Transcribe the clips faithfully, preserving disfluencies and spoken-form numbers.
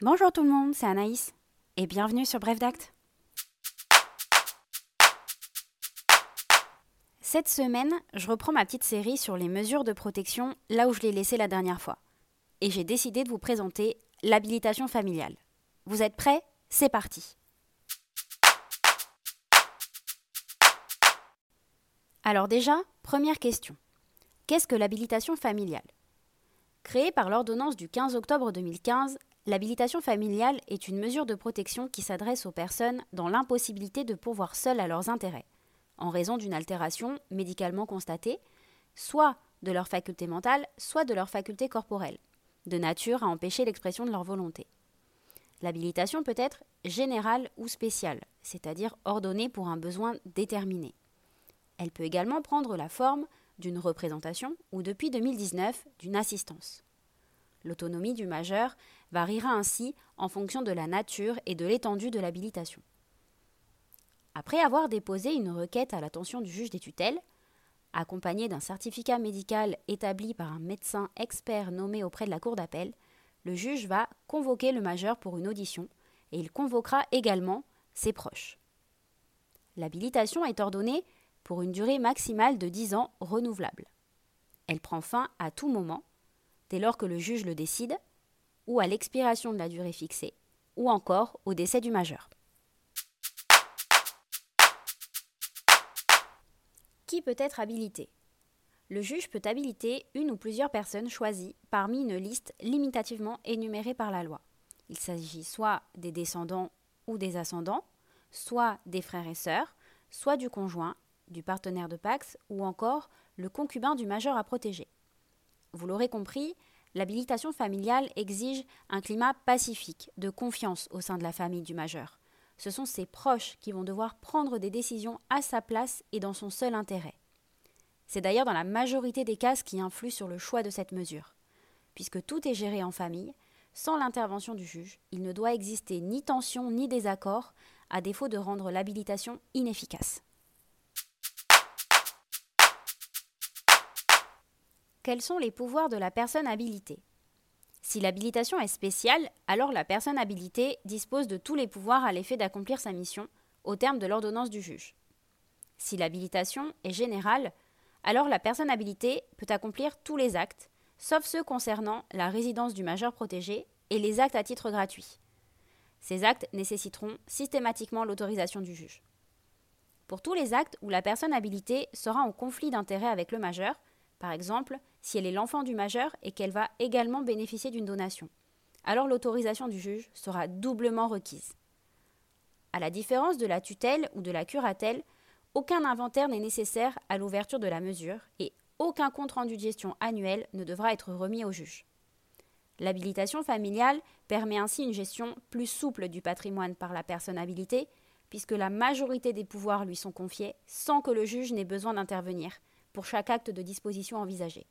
Bonjour tout le monde, c'est Anaïs et bienvenue sur Bref d'Acte. Cette semaine, je reprends ma petite série sur les mesures de protection là où je l'ai laissée la dernière fois. Et j'ai décidé de vous présenter l'habilitation familiale. Vous êtes prêts ? C'est parti. Alors déjà, première question. Qu'est-ce que l'habilitation familiale ? Créée par l'ordonnance du quinze octobre deux mille quinze, l'habilitation familiale est une mesure de protection qui s'adresse aux personnes dans l'impossibilité de pourvoir seules à leurs intérêts, en raison d'une altération médicalement constatée, soit de leur faculté mentale, soit de leur faculté corporelle, de nature à empêcher l'expression de leur volonté. L'habilitation peut être générale ou spéciale, c'est-à-dire ordonnée pour un besoin déterminé. Elle peut également prendre la forme d'une représentation ou, depuis deux mille dix-neuf, d'une assistance. L'autonomie du majeur variera ainsi en fonction de la nature et de l'étendue de l'habilitation. Après avoir déposé une requête à l'attention du juge des tutelles, accompagnée d'un certificat médical établi par un médecin expert nommé auprès de la cour d'appel, le juge va convoquer le majeur pour une audition et il convoquera également ses proches. L'habilitation est ordonnée pour une durée maximale de dix ans renouvelable. Elle prend fin à tout moment, dès lors que le juge le décide, ou à l'expiration de la durée fixée, ou encore au décès du majeur. Qui peut être habilité ? Le juge peut habiliter une ou plusieurs personnes choisies parmi une liste limitativement énumérée par la loi. Il s'agit soit des descendants ou des ascendants, soit des frères et sœurs, soit du conjoint, du partenaire de Pacs ou encore le concubin du majeur à protéger. Vous l'aurez compris, l'habilitation familiale exige un climat pacifique, de confiance au sein de la famille du majeur. Ce sont ses proches qui vont devoir prendre des décisions à sa place et dans son seul intérêt. C'est d'ailleurs dans la majorité des cas ce qui influe sur le choix de cette mesure. Puisque tout est géré en famille, sans l'intervention du juge, il ne doit exister ni tension ni désaccord, à défaut de rendre l'habilitation inefficace. Quels sont les pouvoirs de la personne habilitée ? Si l'habilitation est spéciale, alors la personne habilitée dispose de tous les pouvoirs à l'effet d'accomplir sa mission, au terme de l'ordonnance du juge. Si l'habilitation est générale, alors la personne habilitée peut accomplir tous les actes, sauf ceux concernant la résidence du majeur protégé et les actes à titre gratuit. Ces actes nécessiteront systématiquement l'autorisation du juge. Pour tous les actes où la personne habilitée sera en conflit d'intérêts avec le majeur, par exemple, si elle est l'enfant du majeur et qu'elle va également bénéficier d'une donation, alors l'autorisation du juge sera doublement requise. À la différence de la tutelle ou de la curatelle, aucun inventaire n'est nécessaire à l'ouverture de la mesure et aucun compte-rendu de gestion annuel ne devra être remis au juge. L'habilitation familiale permet ainsi une gestion plus souple du patrimoine par la personne habilitée, puisque la majorité des pouvoirs lui sont confiés sans que le juge n'ait besoin d'intervenir pour chaque acte de disposition envisagé.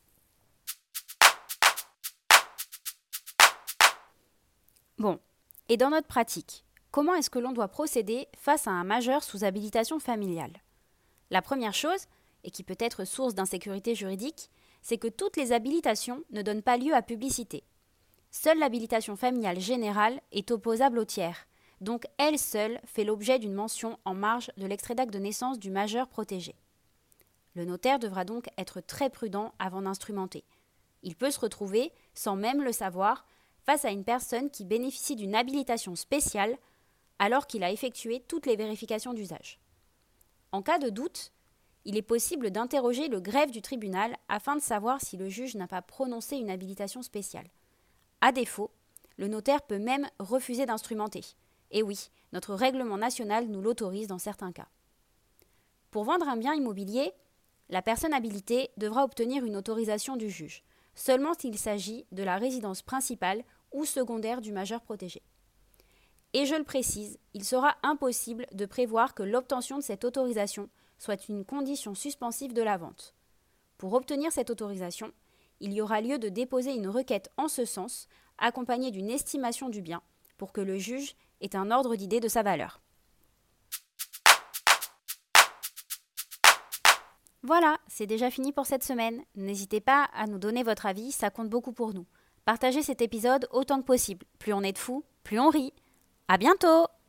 Bon, et dans notre pratique, comment est-ce que l'on doit procéder face à un majeur sous habilitation familiale ? La première chose, et qui peut être source d'insécurité juridique, c'est que toutes les habilitations ne donnent pas lieu à publicité. Seule l'habilitation familiale générale est opposable au tiers, donc elle seule fait l'objet d'une mention en marge de l'extrait d'acte de naissance du majeur protégé. Le notaire devra donc être très prudent avant d'instrumenter. Il peut se retrouver, sans même le savoir, face à une personne qui bénéficie d'une habilitation spéciale alors qu'il a effectué toutes les vérifications d'usage. En cas de doute, il est possible d'interroger le greffe du tribunal afin de savoir si le juge n'a pas prononcé une habilitation spéciale. À défaut, le notaire peut même refuser d'instrumenter. Et oui, notre règlement national nous l'autorise dans certains cas. Pour vendre un bien immobilier, la personne habilitée devra obtenir une autorisation du juge, seulement s'il s'agit de la résidence principale ou secondaire du majeur protégé. Et je le précise, il sera impossible de prévoir que l'obtention de cette autorisation soit une condition suspensive de la vente. Pour obtenir cette autorisation, il y aura lieu de déposer une requête en ce sens, accompagnée d'une estimation du bien, pour que le juge ait un ordre d'idée de sa valeur. Voilà, c'est déjà fini pour cette semaine. N'hésitez pas à nous donner votre avis, ça compte beaucoup pour nous. Partagez cet épisode autant que possible. Plus on est de fous, plus on rit. À bientôt!